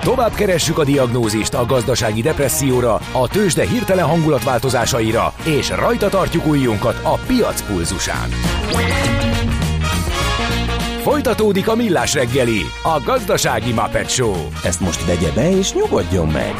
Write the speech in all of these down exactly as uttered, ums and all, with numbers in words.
Tovább keressük a diagnózist a gazdasági depresszióra, a tőzsde hirtelen hangulatváltozásaira, és rajta tartjuk ujjunkat a piac pulzusán. Folytatódik a Millás reggeli, a gazdasági Muppet Show. Ezt most vegye be és nyugodjon meg!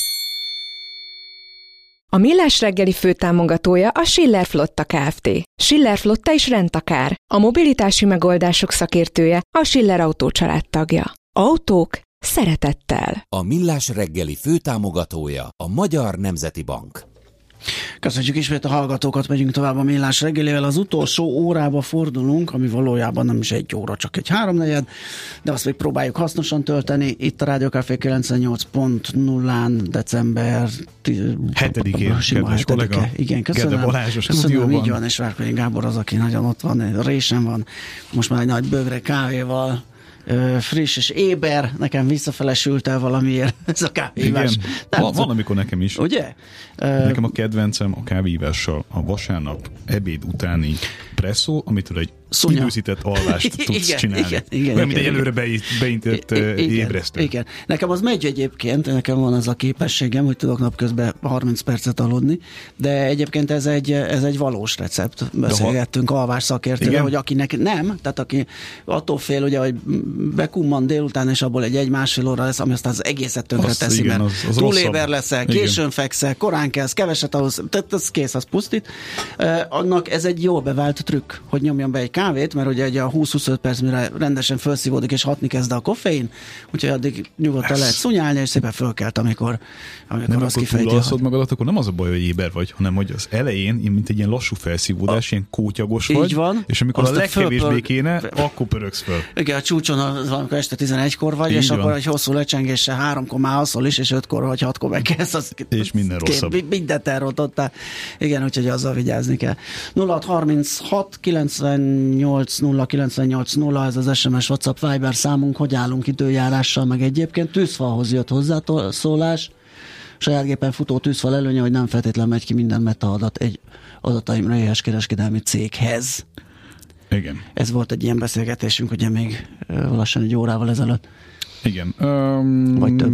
A Millás reggeli főtámogatója a Schiller Flotta Kft. Schiller Flotta is rendtakár. A mobilitási megoldások szakértője, a Schiller Autó család tagja. Autók szeretettel. A Millás reggeli főtámogatója a Magyar Nemzeti Bank. Köszönjük ismét a hallgatókat, megyünk tovább a Millás reggelével. Az utolsó órába fordulunk, ami valójában nem is egy óra, csak egy háromnegyed, de azt még próbáljuk hasznosan tölteni. Itt a Rádió Café kilencvennyolc pont nullán december hetedikén, kedves kollega. Igen, köszönöm. Gede Balázs a köszönöm, stúdióban. így van, és Várkonyi Gábor az, aki nagyon ott van, résen van. Most már egy nagy bögre kávéval, friss és éber, nekem visszafelesült el valamiért ez a kávéhívás. Igen, van, van amikor nekem is. Ugye? Nekem a kedvencem a kávéhívással a vasárnap ebéd utáni presszó, amitől egy Szunya. időzített alvást tudsz igen, csinálni. Igen, igen, olyan, mint egy igen, előre beintett ébresztő. Igen. Nekem az megy egyébként, nekem van ez a képességem, hogy tudok napközben harminc percet aludni, de egyébként ez egy, ez egy valós recept. Beszélgettünk alvás szakértővel, hogy akinek nem, tehát aki attól fél, ugye, hogy bekumman délután, és abból egy egy-másfél óra lesz, ami aztán az egészet tönkre Azt, teszi, igen, mert az, az túléber leszel, igen. későn fekszel, korán kelsz, keveset ahhoz, tehát az kész, az pusztít. Uh, annak ez egy jól bevált trükk, hogy nyomjam be egy kávét, mert ugye egy a húsz-huszonöt perc, mire rendesen felszívódik és hatni kezd a koffein, úgyhogy addig nyugodtan Ez... lehet szunyálni, és szépen fölkelt, amikor, amikor nem, az akkor kifejti. túlalszod magadat, akkor nem az a baj, hogy éber vagy, hanem hogy az elején, mint egy ilyen lassú felszívódás, a... ilyen kótyagos vagy, van, és amikor a legkevésbé fölpör... kéne, akkor pörögsz föl. Igen, a csúcson az, amikor este tizenegykor vagy, így és van. Akkor egy hosszú lecsengéssel háromkor már alszol is, és ötkor vagy hatkor megkezd. Az, és minden rosszabb. Kép, mindent elrontottál. Igen, úgyhogy azzal vigyázni kell. nulla hat harminchat kilencvennyolc nulla kilencvennyolc nulla, ez az es em es WhatsApp Viber számunk, hogy állunk időjárással, meg egyébként tűzfalhoz jött hozzászólás. Saját gépen futó tűzfal előnye, hogy nem feltétlenül megy ki minden metaadat egy adataimra éhes kereskedelmi céghez. Igen. Ez volt egy ilyen beszélgetésünk, ugye még lassan egy órával ezelőtt. Igen. Um, Vagy több.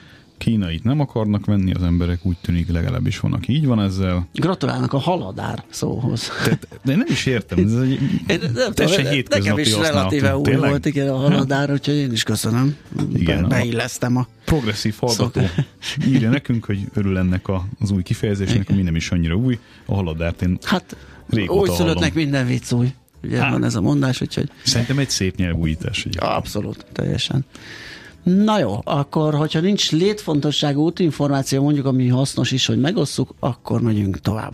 Kínait nem akarnak venni az emberek, úgy tűnik, legalábbis van, aki így van ezzel. Gratulálnak a haladár szóhoz. Tehát, de nem is értem, ez egy teljesen hétköznapi nekem is relatíve új Tényleg? volt, igen, a haladár, úgyhogy én is köszönöm. Igen, Be, beillesztem a... Progresszív hallgató írja nekünk, hogy örül ennek az új kifejezésnek, ami nem is annyira új. A haladárt én hát, régóta újszülöttnek minden vicc új. Ugye hát, van ez a mondás, úgyhogy... Szerintem egy szép nyelvújítás. Abszolút, teljesen. Na jó, akkor, hogyha nincs létfontosságú útinformáció, mondjuk, ami hasznos is, hogy megosszuk, akkor megyünk tovább.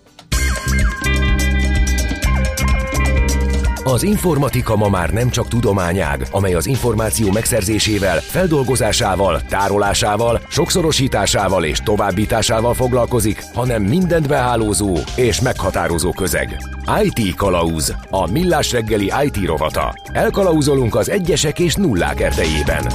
Az informatika ma már nem csak tudományág, amely az információ megszerzésével, feldolgozásával, tárolásával, sokszorosításával és továbbításával foglalkozik, hanem mindent behálózó és meghatározó közeg. í té Kalauz, a Millás reggeli í té rovata. Elkalauzolunk az egyesek és nullák erdejében.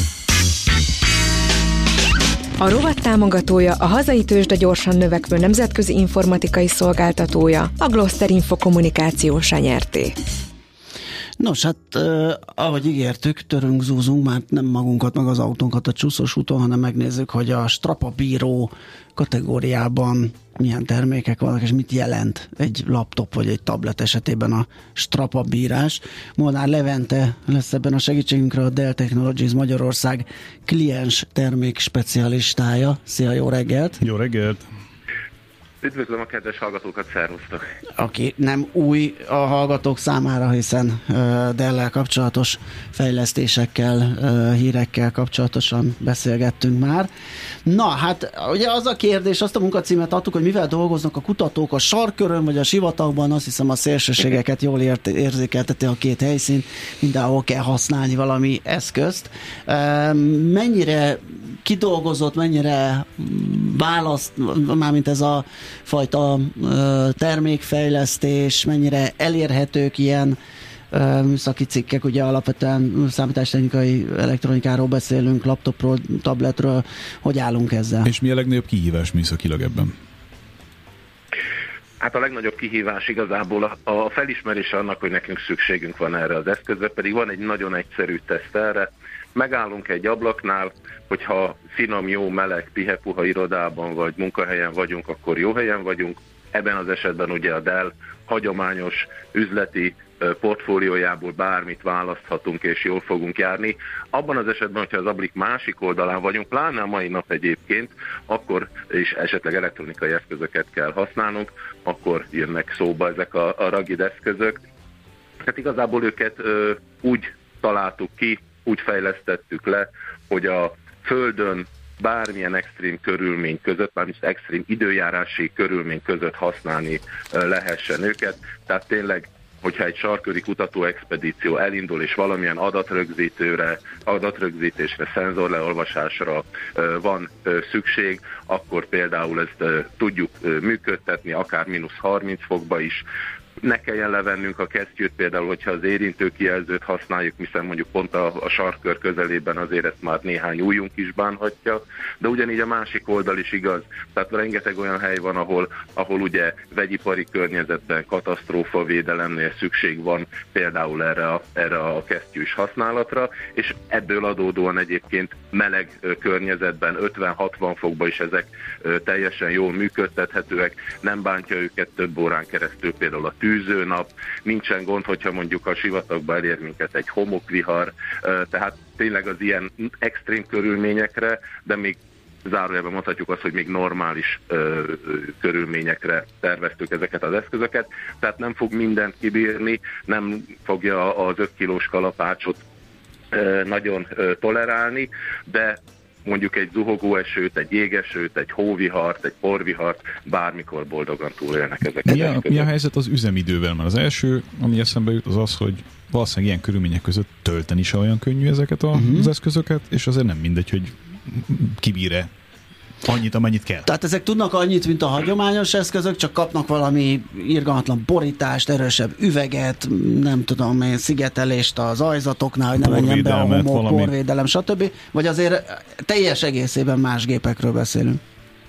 A rovat támogatója, a hazai tőzsde gyorsan növekvő nemzetközi informatikai szolgáltatója, a Gloster Info Kommunikációs nyerté. Nos, hát eh, ahogy ígértük, törünk, zúzunk, már nem magunkat, meg az autónkat a csúszós úton, hanem megnézzük, hogy a Strapa Bíró kategóriában milyen termékek vannak, és mit jelent egy laptop vagy egy tablet esetében a Strapa bírás. Molnár Levente lesz ebben a segítségünkre, a Dell Technologies Magyarország kliens termék specialistája. Szia, jó reggelt! Jó reggelt! Üdvözlöm a kedves hallgatókat, szervusztok! Aki nem új a hallgatók számára, hiszen uh, Dell-lel kapcsolatos fejlesztésekkel, uh, hírekkel kapcsolatosan beszélgettünk már. Na, hát ugye az a kérdés, azt a munkacímet adtuk, hogy mivel dolgoznak a kutatók a sarkkörön vagy a sivatagban, azt hiszem a szélsőségeket jól ért, érzékelteti a két helyszín, mindenhol kell használni valami eszközt. Uh, mennyire kidolgozott, mennyire választ, mármint ez a fajta uh, termékfejlesztés, mennyire elérhetők ilyen uh, műszaki cikkek, ugye alapvetően számítástechnikai elektronikáról beszélünk, laptopról, tabletről, hogy állunk ezzel? És mi a legnagyobb kihívás műszakilag ebben? Hát a legnagyobb kihívás igazából a, a felismerése annak, hogy nekünk szükségünk van erre az eszközre, pedig van egy nagyon egyszerű teszt erre, megállunk egy ablaknál, hogyha finom, jó, meleg, pihepuha irodában vagy munkahelyen vagyunk, akkor jó helyen vagyunk. Ebben az esetben ugye a Dell hagyományos üzleti portfóliójából bármit választhatunk, és jól fogunk járni. Abban az esetben, hogyha az ablik másik oldalán vagyunk, pláne a mai nap egyébként, akkor is esetleg elektronikai eszközöket kell használnunk, akkor jönnek szóba ezek a, a ragid eszközök. Hát igazából őket ö, úgy találtuk ki, úgy fejlesztettük le, hogy a Földön bármilyen extrém körülmény között, mármint extrém időjárási körülmény között használni lehessen őket. Tehát tényleg, hogyha egy sarkköri kutatóexpedíció elindul, és valamilyen adatrögzítőre, adatrögzítésre, szenzorleolvasásra van szükség, akkor például ezt tudjuk működtetni, akár mínusz harminc fokba is. Ne kelljen levennünk a kesztyűt, például, hogyha az érintőkijelzőt használjuk, hiszen mondjuk pont a, a sarkkör közelében azért ezt már néhány ujjunk is bánhatja, de ugyanígy a másik oldal is igaz. Tehát rengeteg olyan hely van, ahol, ahol ugye vegyipari környezetben, katasztrófavédelemnél szükség van például erre a, erre a kesztyűs használatra, és ebből adódóan egyébként meleg környezetben, ötven-hatvan fokban is ezek teljesen jól működtethetőek, nem bántja őket több órán keresztül például a tűzőnap, nincsen gond, hogyha mondjuk a sivatagba elér minket egy homokvihar, tehát tényleg az ilyen extrém körülményekre, de még zárójelben mondhatjuk azt, hogy még normális ö, ö, körülményekre terveztük ezeket az eszközöket, tehát nem fog mindent kibírni, nem fogja az öt kilós kalapácsot ö, nagyon ö, tolerálni, de mondjuk egy zuhogó esőt, egy jégesőt, egy hóvihart, egy porvihart, bármikor boldogan túlélnek ezeket. Mi a, mi a helyzet az üzemidővel? Mert az első, ami eszembe jut, az az, hogy valószínűleg ilyen körülmények között tölteni se olyan könnyű ezeket a, uh-huh. az eszközöket, és azért nem mindegy, hogy kibír-e annyit, amennyit kell. Tehát ezek tudnak annyit, mint a hagyományos eszközök, csak kapnak valami irgalmatlan borítást, erősebb üveget, nem tudom én, szigetelést az ajzatoknál, hogy nem menjen be a homok, porvédelem, stb. Vagy azért teljes egészében más gépekről beszélünk?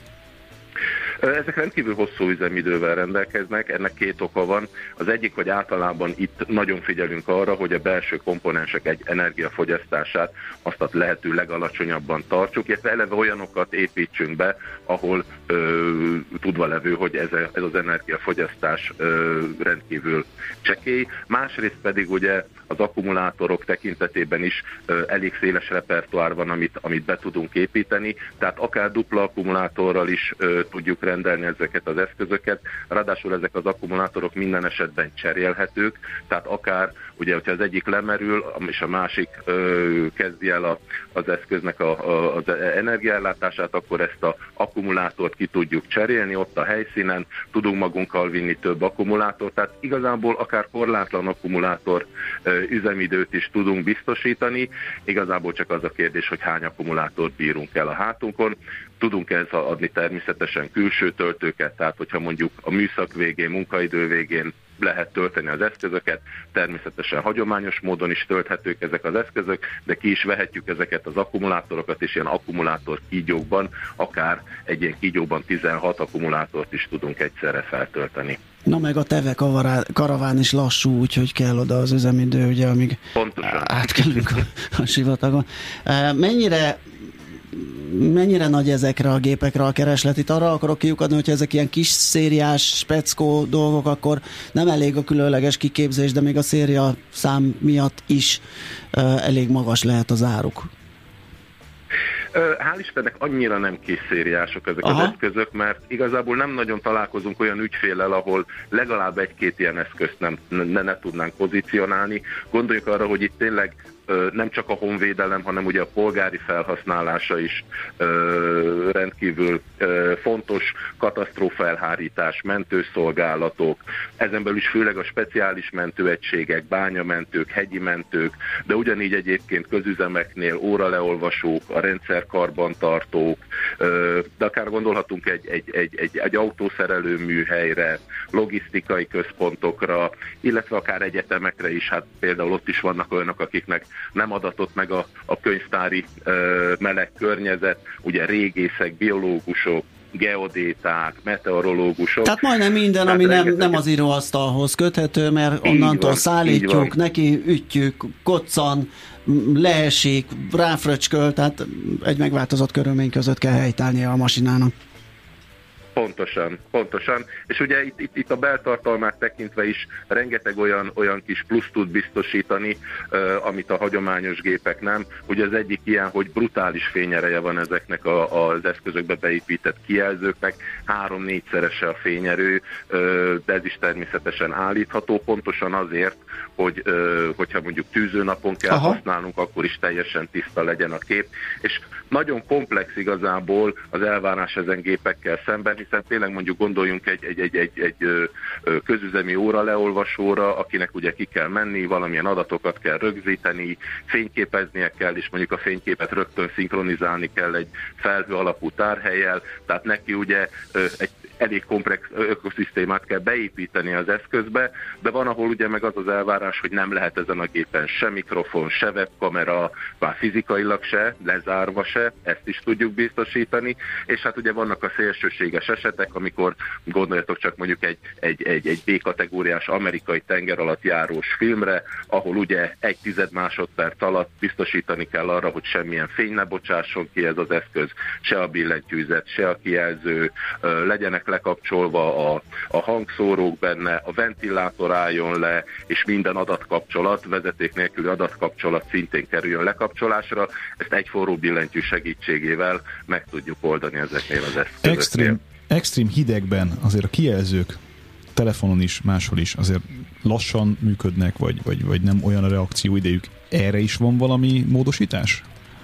Ezek rendkívül hosszú üzemidővel rendelkeznek, ennek két oka van. Az egyik, hogy általában itt nagyon figyelünk arra, hogy a belső komponensek egy energiafogyasztását azt a lehető legalacsonyabban tartsuk, illetve eleve olyanokat építsünk be, ahol ö, tudva levő, hogy ez, ez az energiafogyasztás ö, rendkívül csekély. Másrészt pedig ugye az akkumulátorok tekintetében is ö, elég széles repertoár van, amit, amit be tudunk építeni, tehát akár dupla akkumulátorral is ö, tudjuk rendelni ezeket az eszközöket, ráadásul ezek az akkumulátorok minden esetben cserélhetők, tehát akár, ugye, hogyha az egyik lemerül, és a másik ö, kezdi el a, az eszköznek a, a, az energiaellátását, akkor ezt az akkumulátort ki tudjuk cserélni ott a helyszínen, tudunk magunkkal vinni több akkumulátort, tehát igazából akár korlátlan akkumulátor ö, üzemidőt is tudunk biztosítani, igazából csak az a kérdés, hogy hány akkumulátort bírunk el a hátunkon. Tudunk ezt adni természetesen külső töltőket, tehát hogyha mondjuk a műszak végén, munkaidő végén lehet tölteni az eszközöket, természetesen hagyományos módon is tölthetők ezek az eszközök, de ki is vehetjük ezeket az akkumulátorokat, és ilyen akkumulátor kígyókban, akár egy ilyen kígyóban tizenhat akkumulátort is tudunk egyszerre feltölteni. Na meg a teve karaván is lassú, úgyhogy kell oda az üzemidő, ugye, amíg pontosan átkelünk a, a sivatagon. Mennyire mennyire nagy ezekre a gépekre a kereslet? Itt arra akarok kiukadni, hogyha ezek ilyen kis szériás, speckó dolgok, akkor nem elég a különleges kiképzés, de még a széria szám miatt is uh, elég magas lehet az áruk. Hál' Istennek annyira nem kis szériások ezek Aha. az eszközök, mert igazából nem nagyon találkozunk olyan ügyféllel, ahol legalább egy-két ilyen eszközt nem, ne, ne tudnánk pozícionálni. Gondoljuk arra, hogy itt tényleg nem csak a honvédelem, hanem ugye a polgári felhasználása is ö, rendkívül ö, fontos, katasztrófaelhárítás, mentőszolgálatok, ezen belül is főleg a speciális mentőegységek, bányamentők, hegyi mentők, de ugyanígy egyébként közüzemeknél óraleolvasók, a rendszerkarbantartók, ö, de akár gondolhatunk egy, egy, egy, egy, egy autószerelő műhelyre, logisztikai központokra, illetve akár egyetemekre is, hát például ott is vannak olyanok, akiknek nem adatott meg a, a könyvtári ö, meleg környezet, ugye régészek, biológusok, geodéták, meteorológusok. Tehát majdnem minden, Tehát ami nem, rengeteg... nem az íróasztalhoz köthető, mert így onnantól van, szállítjuk, neki ütjük, koccan, leesik, ráfröcsköl, tehát egy megváltozott körülmény között kell helytállnia a masinának. Pontosan, pontosan. És ugye itt, itt, itt a beltartalmát tekintve is rengeteg olyan, olyan kis plusz tud biztosítani, uh, amit a hagyományos gépek nem. Ugye az egyik ilyen, hogy brutális fényereje van ezeknek a, az eszközökbe beépített kijelzőknek, három-négyszerese a fényerő, uh, de ez is természetesen állítható, pontosan azért, hogy uh, hogyha mondjuk tűzőnapon kell Aha. használnunk, akkor is teljesen tiszta legyen a kép. És nagyon komplex igazából az elvárás ezen gépekkel szemben, hiszen tényleg mondjuk gondoljunk egy, egy, egy, egy, egy közüzemi óra leolvasóra, akinek ugye ki kell menni, valamilyen adatokat kell rögzíteni, fényképeznie kell, és mondjuk a fényképet rögtön szinkronizálni kell egy felhő alapú tárhellyel, tehát neki ugye egy elég komplex ökoszisztémát kell beépíteni az eszközbe, de van, ahol ugye meg az az elvárás, hogy nem lehet ezen a gépen se mikrofon, se webkamera, már fizikailag se, lezárva se, ezt is tudjuk biztosítani, és hát ugye vannak a szélsőséges esetek, amikor gondoljatok csak mondjuk egy, egy, egy, egy B-kategóriás amerikai tengeralattjárós filmre, ahol ugye egy tized másodperc alatt biztosítani kell arra, hogy semmilyen fény ne bocsásson ki ez az eszköz, se a billentyűzet, se a kijelző, legyenek lekapcsolva a, a hangszórók benne, a ventilátor álljon le, és minden adatkapcsolat, vezeték nélküli adatkapcsolat szintén kerüljön lekapcsolásra. Ezt egy forró billentyű segítségével meg tudjuk oldani ezeknél az eszközöknél. Extrém, extrém hidegben azért a kijelzők telefonon is, máshol is azért lassan működnek, vagy, vagy, vagy nem olyan a reakcióidejük. Erre is van valami módosítás?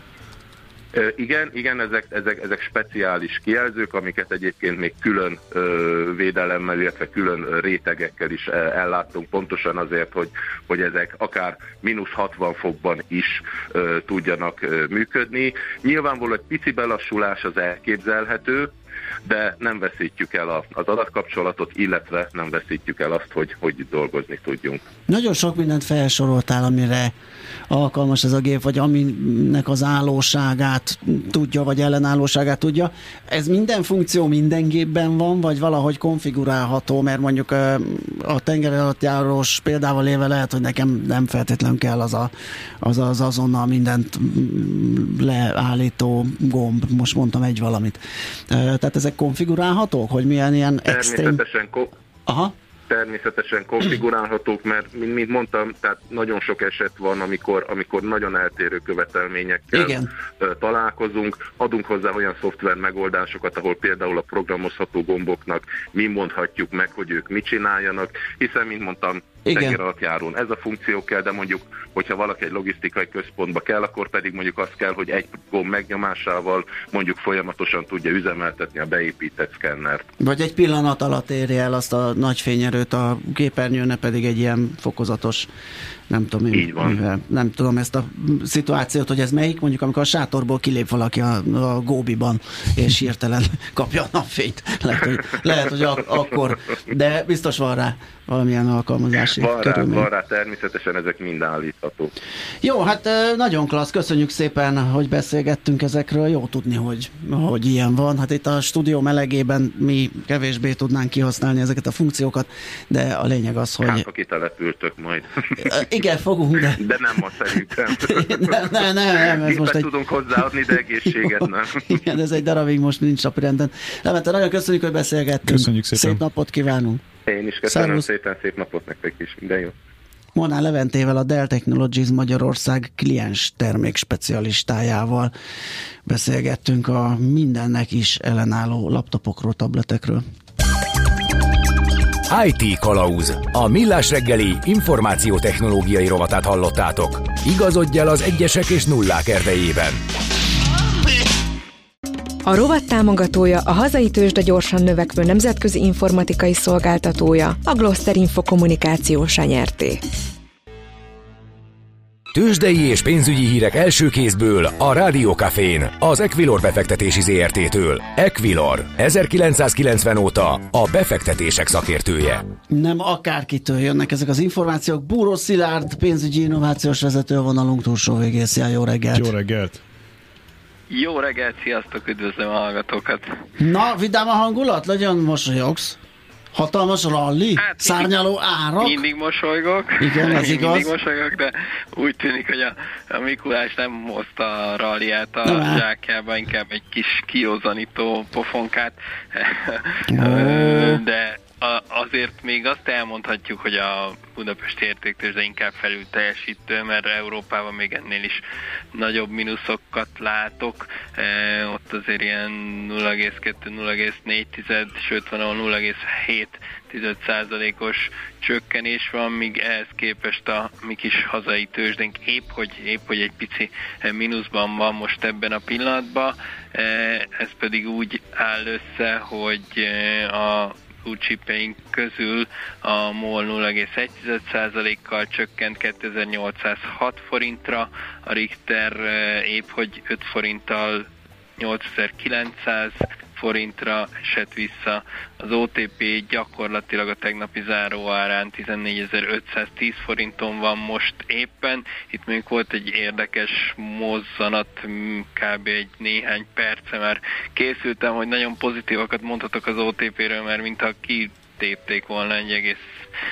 Igen, igen, ezek, ezek, ezek speciális kijelzők, amiket egyébként még külön ö, védelemmel, illetve külön rétegekkel is elláttunk, pontosan azért, hogy, hogy ezek akár mínusz hatvan fokban is ö, tudjanak ö, működni. Nyilvánvalóan egy pici belassulás az elképzelhető, de nem veszítjük el a, az adatkapcsolatot, illetve nem veszítjük el azt, hogy, hogy dolgozni tudjunk. Nagyon sok mindent felsoroltál, amire alkalmas ez a gép, vagy aminek az állóságát tudja, vagy ellenállóságát tudja. Ez minden funkció minden gépben van, vagy valahogy konfigurálható, mert mondjuk a tengeralattjárós példával élve lehet, hogy nekem nem feltétlenül kell az a, az, az azonnal mindent leállító gomb, most mondtam egy valamit. Tehát ezek konfigurálhatók, hogy milyen ilyen extrém... Természetesen ko- Aha. Természetesen konfigurálhatók, mert mint, mint mondtam, tehát nagyon sok eset van, amikor, amikor nagyon eltérő követelményekkel Igen. találkozunk. Adunk hozzá olyan szoftver megoldásokat, ahol például a programozható gomboknak mi mondhatjuk meg, hogy ők mit csináljanak, hiszen, mint mondtam, tengeralattjárón ez a funkció kell, de mondjuk, hogyha valaki egy logisztikai központba kell, akkor pedig mondjuk az kell, hogy egy gomb megnyomásával mondjuk folyamatosan tudja üzemeltetni a beépített szkennert. Vagy egy pillanat alatt érje el azt a nagy fényerőt a képernyőn, ne pedig egy ilyen fokozatos, nem tudom én, Így van. Mivel, nem tudom ezt a szituációt, hogy ez melyik, mondjuk amikor a sátorból kilép valaki a, a góbiban, és hirtelen kapja a napfényt. Lehet, hogy, lehet, hogy ak- akkor, de biztos van rá valamilyen alkalmazási van körülmény. Rá, van rá, természetesen ezek mind állíthatók. Jó, hát nagyon klassz, köszönjük szépen, hogy beszélgettünk ezekről, jó tudni, hogy, hogy ilyen van. Hát itt a stúdió melegében mi kevésbé tudnánk kihasználni ezeket a funkciókat, de a lényeg az, hogy... Hát, ha kitelepültök majd. Igen, fogunk, de... De nem ma szerintem. nem, nem, nem, nem, ez most egy... tudunk hozzáadni, de egészséget nem. Igen, ez egy darabig most nincs napirenden. Levente, nagyon köszönjük, hogy beszélgettünk. Köszönjük szépen. Szép napot kívánunk. Én is köszönöm Szervusz. szépen, szép napot nektek is. Minden jó. Molnár Leventével, a Dell Technologies Magyarország kliens termék specialistájával beszélgettünk a mindennek is ellenálló laptopokról, tabletekről. i té Kalauz. A millás reggeli információtechnológiai rovatát hallottátok. Igazodj el az egyesek és nullák erdejében. A rovat támogatója a hazai tőzsde gyorsan növekvő nemzetközi informatikai szolgáltatója, a Gloster Info Kommunikáció nyerté. Tőzsdei és pénzügyi hírek első kézből a Rádió Cafén, az Equilor befektetési zé er té-től. Equilor, ezerkilencszázkilencven óta a befektetések szakértője. Nem akárkitől jönnek ezek az információk. Búró Szilárd, pénzügyi innovációs vezető a vonalunk túlsó végén. Szia, jó reggelt! Jó reggelt! Jó reggelt, sziasztok, üdvözlöm a hallgatókat. Na, vidám a hangulat, legyen mosolyogsz. Hatalmas ralli? Hát, szárnyaló árak? Mindig mosolygok. Igen, ez igaz. Mindig mosolygok, de úgy tűnik, hogy a, a Mikulás nem hozta a ralliát a nem. zsákjába, inkább egy kis kiózanító pofonkát. Oh. De a, azért még azt elmondhatjuk, hogy a budapesti értéktőzsde inkább felül teljesítő, mert Európában még ennél is nagyobb mínuszokat látok. E, ott azért ilyen nulla egész kettő nulla egész négy, sőt van ahol nulla egész hét százalékos csökkenés van, míg ehhez képest a mi kis hazai tőzsdénk épp hogy, épp, hogy egy pici mínuszban van most ebben a pillanatban. E, ez pedig úgy áll össze, hogy a blue-chipjeink közül a MOL nulla egész egy százalékkal csökkent kétezer-nyolcszázhat forintra, a Richter épp hogy öt forinttal nyolcezer-kilencszáz forintra esett vissza, az o té pé gyakorlatilag a tegnapi záróárán tizennégyezer-ötszáztíz forinton van most éppen. Itt még volt egy érdekes mozzanat, kb. Egy néhány perce már készültem, hogy nagyon pozitívakat mondhatok az o té péről, mert mintha kitépték volna egy egész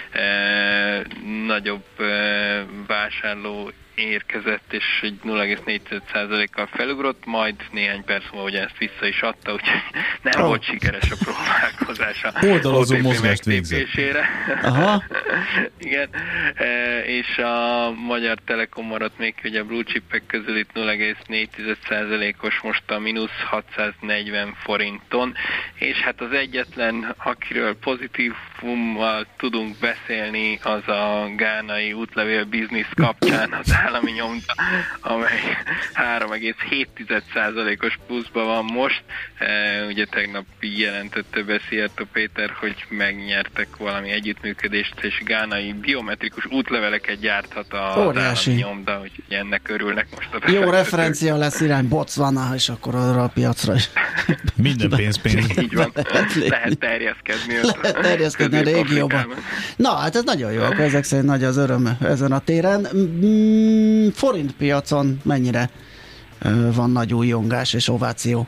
eh, nagyobb eh, vásárló érkezett, és egy nulla egész négy százalékkal felugrott, majd néhány perc múlva ugye ezt vissza is adta, úgyhogy nem oh. volt sikeres a próbálkozása. Oldalazó mozgást végzett. Aha. Igen, e, és a Magyar Telekom maradt még, hogy a blue chipek közül itt nulla egész négy százalékos most a mínusz hatszáznegyven forinton, és hát az egyetlen, akiről pozitívummal tudunk beszélni, az a gánai útlevél biznisz kapcsán az állami nyomda, amely három egész hét százalékos pluszban van most. E, ugye tegnap jelentette be Szijjártó Péter, hogy megnyertek valami együttműködést, és gánai biometrikus útleveleket gyárthat az óriási állami nyomda, úgyhogy ennek örülnek most a jó referencia lesz irány Botswana, és akkor arra a piacra is. Minden pénz pénz. Így van. Lehet terjeszkedni. Lehet terjeszkedni a régióban. Na, hát ez nagyon jó, akkor ezek szerint nagy az öröm ezen a téren. Mm, forint piacon mennyire uh, van nagy újongás és ováció?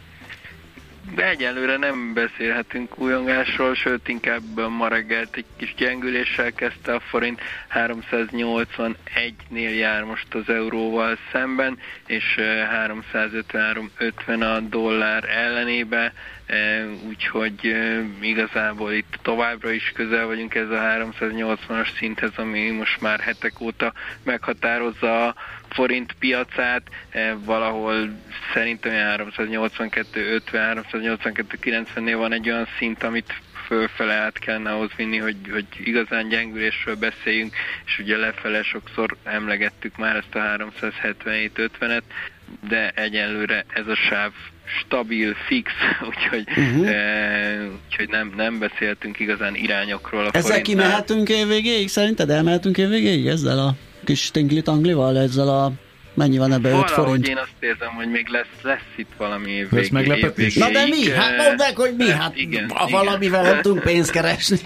De egyelőre nem beszélhetünk újongásról, sőt inkább ma reggelt egy kis gyengüléssel kezdte a forint, háromszáznyolcvanegynél jár most az euróval szemben, és háromszázötvenhárom ötven a dollár ellenébe, úgyhogy igazából itt továbbra is közel vagyunk ez a háromszáznyolcvanas szinthez, ami most már hetek óta meghatározza a forint piacát, valahol szerintem háromszáznyolcvankettő ötven, háromszáznyolcvankettő kilencvennél van egy olyan szint, amit fölfele át kellene ahhoz vinni, hogy, hogy igazán gyengülésről beszéljünk, és ugye lefele sokszor emlegettük már ezt a háromszázhetvenhét ötvenet, de egyenlőre ez a sáv stabil, fix, úgyhogy, uh-huh. e, úgyhogy nem, nem beszéltünk igazán irányokról a ezzel kimehetünk évvégéig? Szerinted elmehetünk évvégéig ezzel a kis tinkli-tanglival, ezzel a mennyi van ebbe öt forint? Én azt érzem, hogy még lesz, lesz itt valami évvégéig. Meglepetés. Na de mi? Hát mondd meg, hogy mi? Hát igen, valamivel nem tudunk pénzt keresni.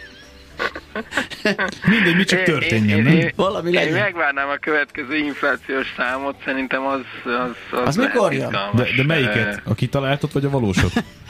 Mindegy, mi csak történjen, nem? Én, Valami én, én megvárnám a következő inflációs számot, szerintem az az, az, az mikor jön? De, de melyiket? A kitaláltot vagy a valósat?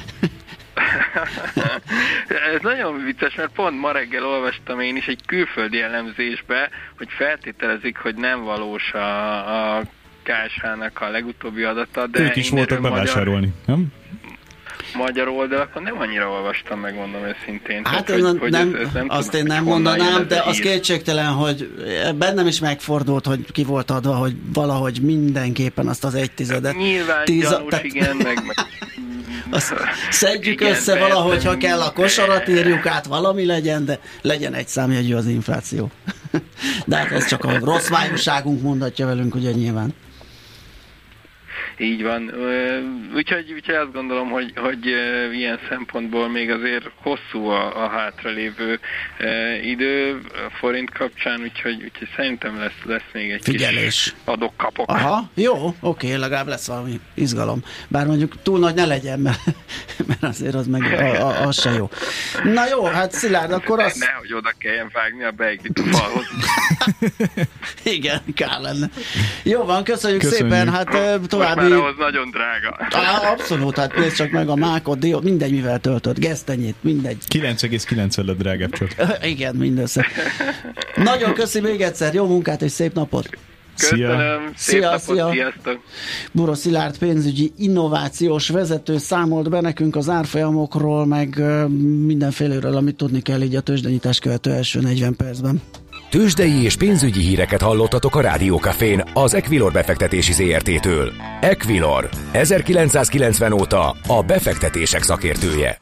Ez nagyon vicces, mert pont ma reggel olvastam én is egy külföldi elemzésbe, hogy feltételezik, hogy nem valós a, a ká es há-nak a legutóbbi adata, de ők is voltak bevásárolni, magyar... nem? Magyar oldalakon nem annyira olvastam, megmondom őszintén. Hát Tehát, hogy, hogy nem, ez, ez nem azt tudom, én nem mondanám, de az kétségtelen, hogy bennem is megfordult, hogy ki volt adva, hogy valahogy mindenképpen azt az egy tizedet. Nyilván tíz, gyanús, tehát, igen, meg... meg azt szedjük igen, össze persze, valahogy, ha kell a kosarat írjuk át, valami legyen, de legyen egy számjegyű az infláció. De hát ez csak a rossz májúságunk mondatja velünk, ugye nyilván. Így van. Úgyhogy, úgyhogy azt gondolom, hogy, hogy ilyen szempontból még azért hosszú a, a hátralévő idő a forint kapcsán, úgyhogy, úgyhogy szerintem lesz, lesz még egy figyelés. Kis adok-kapok. Aha, jó, oké, legalább lesz valami izgalom. Bár mondjuk túl nagy ne legyen, mert, mert azért az meg a, a, az se jó. Na jó, hát Szilárd, akkor az... Nehogy oda kelljen vágni a beiglit a falhoz. Igen, kár lenne. Jó van, köszönjük, köszönjük szépen, hát további Már ahhoz nagyon drága. Á, abszolút, hát nézd csak meg a mákot, dió, mindegy, mivel töltött, gesztenyét, mindegy. kilenc egész kilenc lett drágább csak. Igen, mindössze. Nagyon köszi még egyszer, jó munkát és szép napot! Köszönöm, szép szia, napot, szia. Sziasztok! Buro Szilárd pénzügyi innovációs vezető számolt be nekünk az árfolyamokról, meg mindenféléről, amit tudni kell így a tőzsdenyítás követő első negyven percben. Tőzsdei és pénzügyi híreket hallottatok a Rádió Cafén az Equilor befektetési zé er té-től. Equilor, ezerkilencszázkilencven óta a befektetések szakértője.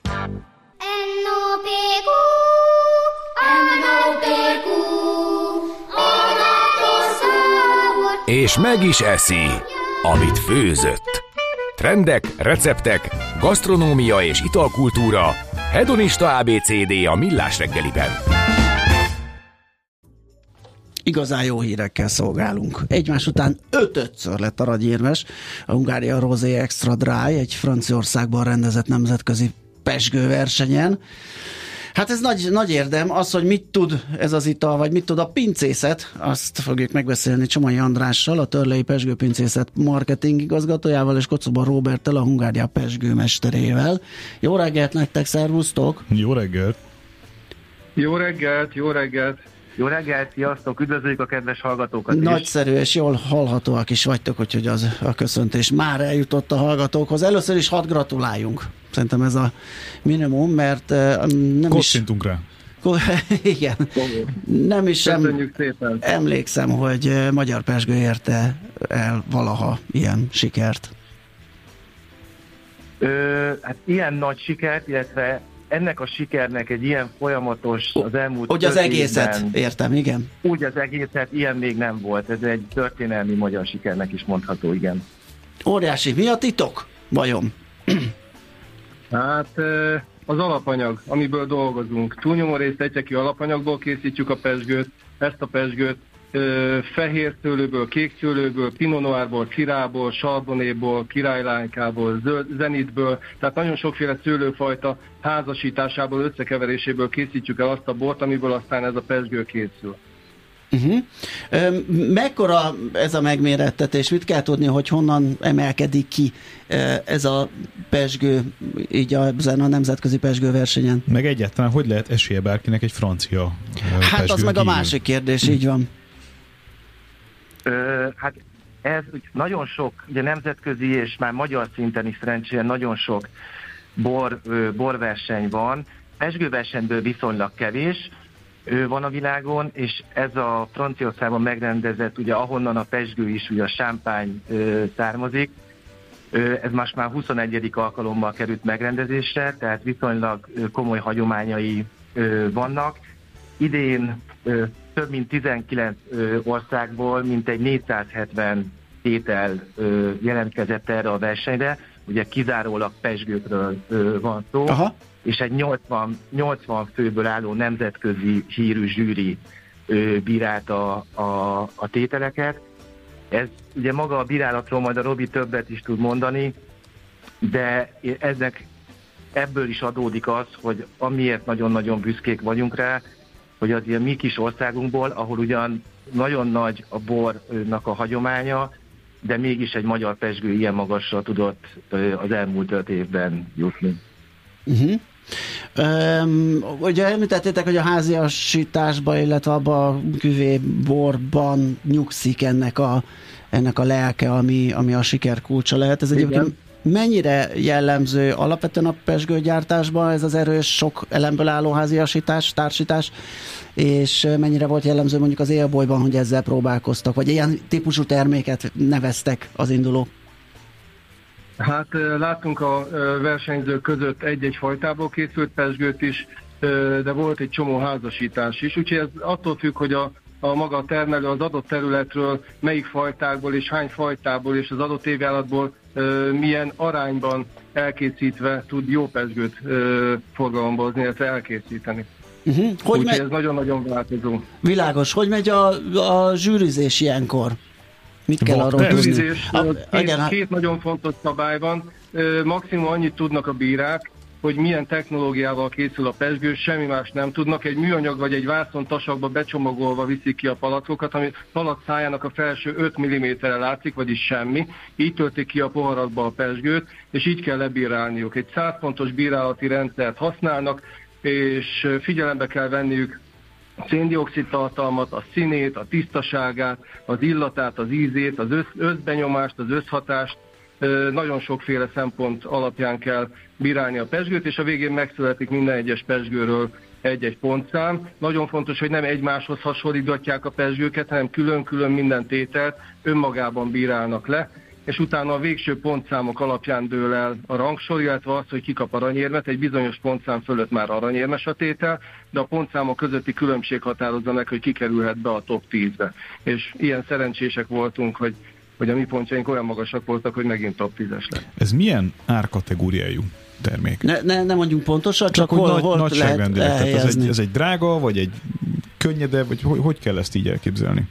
És meg is eszi, amit főzött. Trendek, receptek, gasztronómia és italkultúra, hedonista á bé cé dé a Millás reggeliben. Igazán jó hírekkel szolgálunk. Egymás után ötödször lett aranyérmes a Hungária Rosé Extra Dry, egy Franciaországban rendezett nemzetközi pezsgőversenyen. Hát ez nagy, nagy érdem, az, hogy mit tud ez az ital, vagy mit tud a pincészet, azt fogjuk megbeszélni Csomai Andrással, a Törlei Pezsgőpincészet marketing igazgatójával, és Kocoba Róberttel, a Hungária pezsgőmesterével. Jó reggelt nektek, szervusztok! Jó reggelt! Jó reggelt, jó reggelt! Jó reggelt, sziasztok, üdvözöljük a kedves hallgatókat is. Nagyszerű, és jól hallhatóak is vagytok, úgyhogy az a köszöntés már eljutott a hallgatókhoz. Először is hadd gratuláljunk. Szerintem ez a minimum, mert uh, nem Kocsintunk is... rá. Igen. Nem is sem szépen. Emlékszem, hogy magyar pezsgő érte el valaha ilyen sikert. Ö, hát ilyen nagy sikert, illetve ennek a sikernek egy ilyen folyamatos az elmúlt Úgy az egészet, évben, értem, igen. Úgy az egészet, ilyen még nem volt. Ez egy történelmi magyar sikernek is mondható, igen. Óriási. Mi a titok? Vajon? Hát az alapanyag, amiből dolgozunk. Túlnyomó részt egyeki alapanyagból készítjük a pezsgőt. Ezt a pezsgőt fehér szőlőből, kék szőlőből, pinot noirból, cirából, sardonéból, királylánykából, zenitből, tehát nagyon sokféle szőlőfajta házasításából, összekeveréséből készítjük el azt a bort, amiből aztán ez a pezsgő készül. Uh-huh. Mekkora ez a megmérettetés? Mit kell tudni, hogy honnan emelkedik ki ez a pezsgő, így a, a nemzetközi pezsgőversenyen? Meg egyáltalán hogy lehet esélye bárkinek egy francia Hát az meg a kívül? másik kérdés, így van. Ö, hát ez nagyon sok, ugye nemzetközi és már magyar szinten is szerencsére nagyon sok bor, ö, borverseny van. Pezsgőversenyből viszonylag kevés ö, van a világon, és ez a Franciaországban megrendezett, ugye ahonnan a pezsgő is, ugye a champagne ö, származik, ö, ez most már huszonegyedik alkalommal került megrendezésre, tehát viszonylag ö, komoly hagyományai ö, vannak. Idén ö, több mint tizenkilenc ö, országból mintegy négyszázhetven tétel ö, jelentkezett erre a versenyre, ugye kizárólag pezsgőkről ö, van szó, Aha. és egy nyolcvan, nyolcvan főből álló nemzetközi hírű zsűri ö, bírálta a, a, a tételeket. Ez ugye maga a bírálatról majd a Robi többet is tud mondani, de ezek, ebből is adódik az, hogy amiért nagyon-nagyon büszkék vagyunk rá, hogy az ilyen mi kis országunkból, ahol ugyan nagyon nagy a bornak a hagyománya, de mégis egy magyar pezsgő ilyen magasra tudott az elmúlt öt évben jutni. Uh-huh. Um, ugye említettétek, hogy a háziasításban, illetve abban a küvé borban nyugszik ennek a, ennek a lelke, ami, ami a siker kulcsa lehet. Ez egyébként mennyire jellemző alapvetően a pezsgőgyártásban ez az erős, sok elemből álló háziasítás, társítás, és mennyire volt jellemző mondjuk az élbolyban, hogy ezzel próbálkoztak, vagy ilyen típusú terméket neveztek az indulók? Hát láttunk a versenyzők között egy-egy fajtából készült pezsgőt is, de volt egy csomó házasítás is, úgyhogy ez attól függ, hogy a, a maga a termelő az adott területről melyik fajtákból és hány fajtából és az adott évjáratból milyen arányban elkészítve tud jó pezsgőt forgalomba hozni, illetve elkészíteni. Uh-huh. Úgyhogy megy... ez nagyon-nagyon változó. Világos. Hogy megy a, a zsűrizés ilyenkor? Mit kell Va, arról tudni? Két, két nagyon fontos szabály van. Maximum annyit tudnak a bírák, hogy milyen technológiával készül a pezsgő, semmi más nem tudnak. Egy műanyag vagy egy vászontasakba becsomagolva viszik ki a palackokat, ami palack szájának a felső öt milliméterre látszik, vagyis semmi. Így töltik ki a poharakba a pezsgőt, és így kell lebírálniuk. Egy száz pontos bírálati rendszert használnak, és figyelembe kell venniük a szén-dioxid tartalmat, a színét, a tisztaságát, az illatát, az ízét, az össz, összbenyomást, az összhatást. Nagyon sokféle szempont alapján kell bírálni a pezsgőt, és a végén megszületik minden egyes pezsgőről egy-egy pontszám. Nagyon fontos, hogy nem egymáshoz hasonlítgatják a pezsgőket, hanem külön-külön minden tételt önmagában bírálnak le, és utána a végső pontszámok alapján dől el a rangsor, illetve az, hogy ki kap aranyérmet. Egy bizonyos pontszám fölött már aranyérmes a tétel, de a pontszámok közötti különbség határozza meg, hogy ki kerülhet be a top tízbe. És ilyen szerencsések voltunk, hogy, hogy a mi pontjaink olyan magasak voltak, hogy megint top tízes lett. Ez milyen árkategóriájú termék? Ne, ne, ne mondjunk pontosan, csak, csak hol, nagy, hol lehet elhelyezni. Ez egy, ez egy drága, vagy egy könnyedebb, vagy hogy, hogy kell ezt így elképzelni?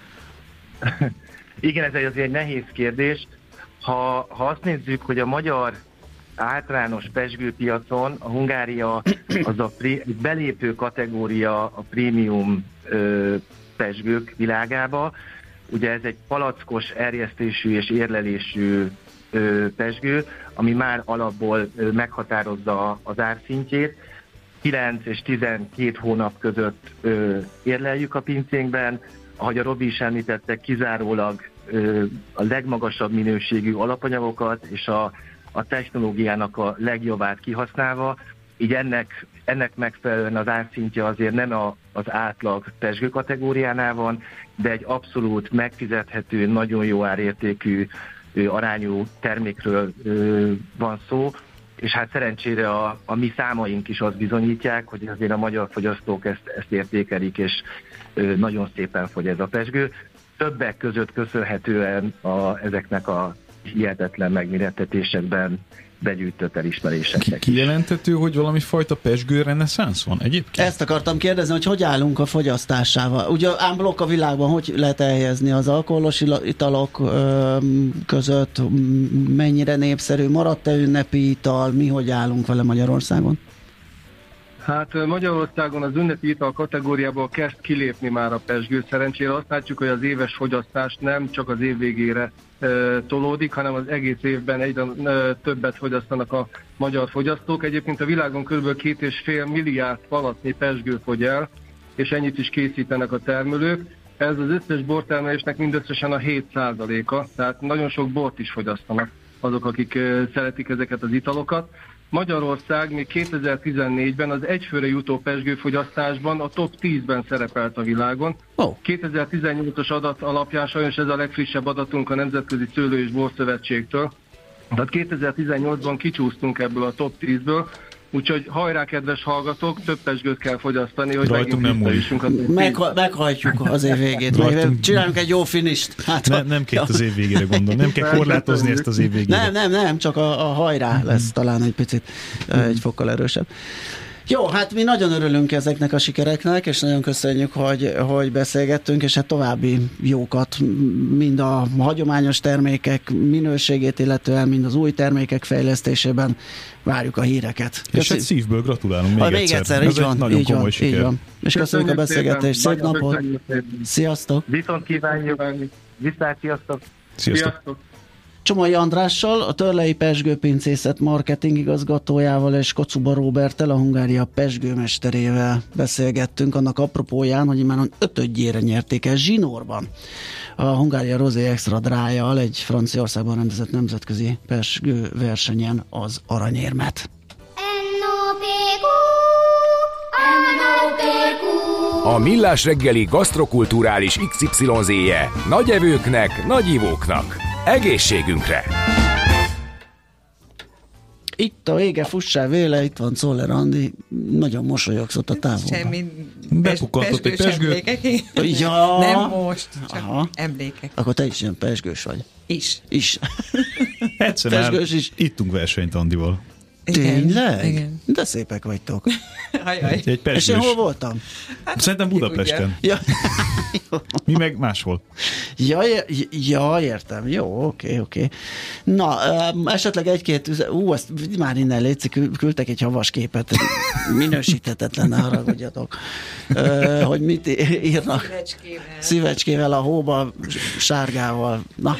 Igen, ez egy azért egy nehéz kérdés. Ha, ha azt nézzük, hogy a magyar általános pezsgőpiacon a Hungária az a pré, belépő kategória a prémium ö, pezsgők világába. Ugye ez egy palackos erjesztésű és érlelésű ö, pezsgő, ami már alapból ö, meghatározza az árszintjét. kilenc és tizenkét hónap között ö, érleljük a pincénkben. Ahogy a Robi is említette, kizárólag ö, a legmagasabb minőségű alapanyagokat és a, a technológiának a legjobbát kihasználva, így ennek, ennek megfelelően az árszintje azért nem a, az átlag pezsgő kategóriánál van, de egy abszolút megfizethető, nagyon jó árértékű, ö, arányú termékről ö, van szó, és hát szerencsére a, a mi számaink is azt bizonyítják, hogy azért a magyar fogyasztók ezt, ezt értékelik, és ö, nagyon szépen fogy ez a pezsgő. Többek között köszönhetően a, ezeknek a hihetetlen megmérettetésekben begyűjtött elismeréseknek. Kijelentető, hogy valami fajta pezsgő reneszánsz van egyébként? Ezt akartam kérdezni, hogy hogy állunk a fogyasztásával. Ugye ámblokk a világban hogy lehet elhelyezni az alkoholos italok ö, között, mennyire népszerű, maradt-e ünnepi ital, mi hogy állunk vele Magyarországon? Hát Magyarországon az ünnepi ital kategóriából kezd kilépni már a pezsgő. Szerencsére azt látjuk, hogy az éves fogyasztás nem csak az év végére e, tolódik, hanem az egész évben egyre e, többet fogyasztanak a magyar fogyasztók. Egyébként a világon kb. két és fél milliárd palacnyi pezsgő fogy el, és ennyit is készítenek a termelők. Ez az összes bortermelésnek mindösszesen a hét százaléka, tehát nagyon sok bort is fogyasztanak azok, akik e, szeretik ezeket az italokat. Magyarország még kétezer-tizennégyben az egyfőre jutó pezsgőfogyasztásban a top tízben szerepelt a világon. Oh. kétezer-tizennyolcas adat alapján, sajnos ez a legfrissebb adatunk a Nemzetközi Szőlő- és Borszövetségtől. Tehát kétezer-tizennyolcban kicsúsztunk ebből a top tízből, úgyhogy hajrá, kedves hallgatók, több pezsgőt kell fogyasztani, hogy rajtunk megint visszajussunk a Meg, Meghajtjuk az év végét. Rajtunk... Csináljunk egy jó finist. Hát, ne, nem kell az év végére gondolni. Nem kell korlátozni ezt az év végére. Nem, nem, nem, csak a, a hajrá lesz talán egy picit egy fokkal erősebb. Jó, hát mi nagyon örülünk ezeknek a sikereknek, és nagyon köszönjük, hogy, hogy beszélgettünk, és hát további jókat, mind a hagyományos termékek minőségét, illetően mind az új termékek fejlesztésében várjuk a híreket. Köszönjük. És hát szívből gratulálunk még, ha, még egyszer. egyszer így van, nagyon így komoly van, siker. így van. És köszönjük, köszönjük a beszélgetést. Szép napot. Sziasztok. Viszont kívánjuk. Viszlát, sziasztok. Sziasztok. Sziasztok. Csomai Andrással, a Törlei Pezsgőpincészet marketing igazgatójával és Kocuba Róberttel, a Hungária pezsgőmesterével beszélgettünk annak apropóján, hogy már ötödjére nyerték el zsinórban a Hungária Rosé Extra Drájjal egy Franciaországban rendezett nemzetközi pezsgő versenyen az aranyérmet. A Millás reggeli gasztrokulturális iksz ipszilon zé-je nagy evőknek, nagy ivóknak. Egészségünkre! Itt a vége, fussál véle, itt van Czoller Andi, nagyon mosolyogsz ott a távolban. Semmi Bepukkantott egy pezsgőt. Ja. Nem most, csak Aha. emlékek. Akkor te is ilyen pezsgős vagy. Is. Is. Egyszer már is. Ittunk versenyt Andival. Tényleg? Igen. De szépek vagytok. Ajaj. Egy és én hol voltam? Hát, szerintem Budapesten. Ja. Mi meg máshol. Ja, ja, értem. Jó, oké, oké. Na, um, esetleg egy-két üze... Ú, ezt már innen létszik, küldtek egy havas képet. Minősíthetetlen, ne haragudjatok. Uh, hogy mit írnak? Szívecskével. Szívecskével a hóba, sárgával. Na.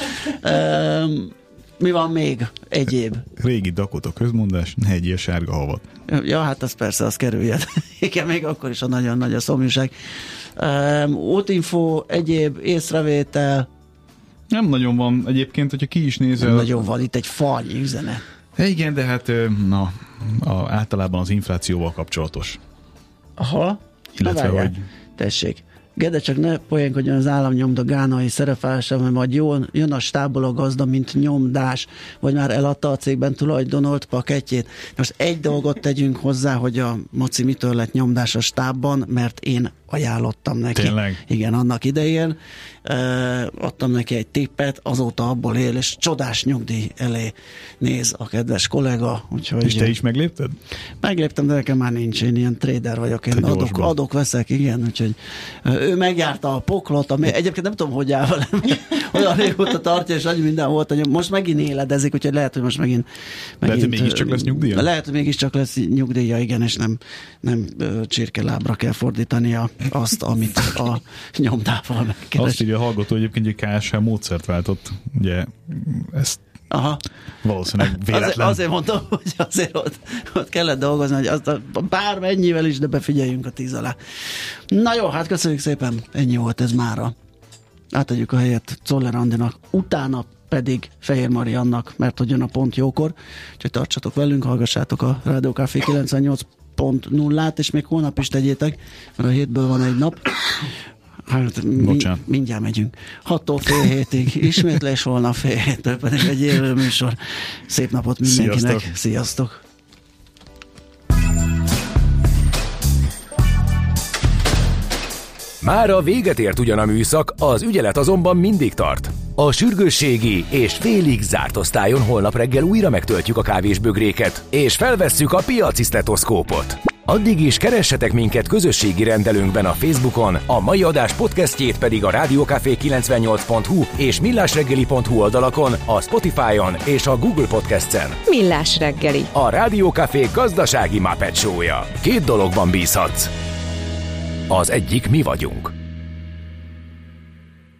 Um, mi van még egyéb? Régi Dakota közmondás, ne egyél sárga havat. Ja, hát az persze, az kerüljön. Igen, még akkor is a nagyon nagy a szomjúság. Um, útinfo, egyéb észrevétel. Nem nagyon van egyébként, hogyha ki is nézel. Nem nagyon van, itt egy fagy üzenet. Igen, de hát na, a, általában az inflációval kapcsolatos. Aha. Illetve, hogy... Tessék. Gede, csak ne poénkodjon az államnyomda gánai szerepvása, mert majd jól jön a stábból a gazda, mint nyomdás, vagy már eladta a cégben tulajdonolt pakettjét. Most egy dolgot tegyünk hozzá, hogy a Maci mitől lett nyomdás a stábban, mert én ajánlottam neki. Tényleg? Igen, annak idején. Uh, adtam neki egy tippet, azóta abból él, és csodás nyugdíj elé néz a kedves kollega. Úgyhogy és te is meglépted? Megléptem, de nekem már nincs, én ilyen trader vagyok, én adok, adok, veszek, igen, úgyhogy uh, ő megjárta a poklot, ami egyébként nem tudom, hogy áll velem, olyan régóta tartja, és annyi minden volt, most megint éledezik, úgyhogy lehet, hogy most megint... megint lehet, hogy mégiscsak lesz nyugdíja? Lehet, hogy mégiscsak lesz nyugdíja, igen, és nem, nem uh, csirkelábra kell fordítania azt, amit a nyomdával megkeres. Azt írja a hallgató egyébként, hogy ká es há módszert váltott. Ugye ezt aha. Valószínűleg véletlen. Azért, azért mondom, hogy azért ott, ott kellett dolgozni, hogy azt a, bármennyivel is, de befigyeljünk a tíz alá. Na jó, hát köszönjük szépen, ennyi volt ez mára. Átadjuk a helyet Czoller Andinak, utána pedig Fehér Mariannak, mert hogy jön a pont jókor, úgyhogy tartsatok velünk, hallgassátok a Rádió Café kilencvennyolc pont nullát, és még holnap is tegyétek, mert a hétből van egy nap. Hát mi, mindjárt megyünk. Hattól fél hétig ismétlés, volna fél héttől pedig egy élő műsor. Szép napot mindenkinek. Sziasztok! Sziasztok. Mára véget ért ugyan a műszak, az ügyelet azonban mindig tart. A sürgősségi és félig zárt osztályon holnap reggel újra megtöltjük a kávésbögréket, és felvesszük a piaci sztetoszkópot. Addig is keressetek minket közösségi rendelőnkben a Facebookon, a mai adás podcastjét pedig a rádiókafé kilencvennyolc pont hu és millásreggeli pont hu oldalakon, a Spotify-on és a Google Podcast-en. Millás reggeli. A Rádiókafé gazdasági Muppet Show-ja. Két dologban bízhatsz. Az egyik mi vagyunk.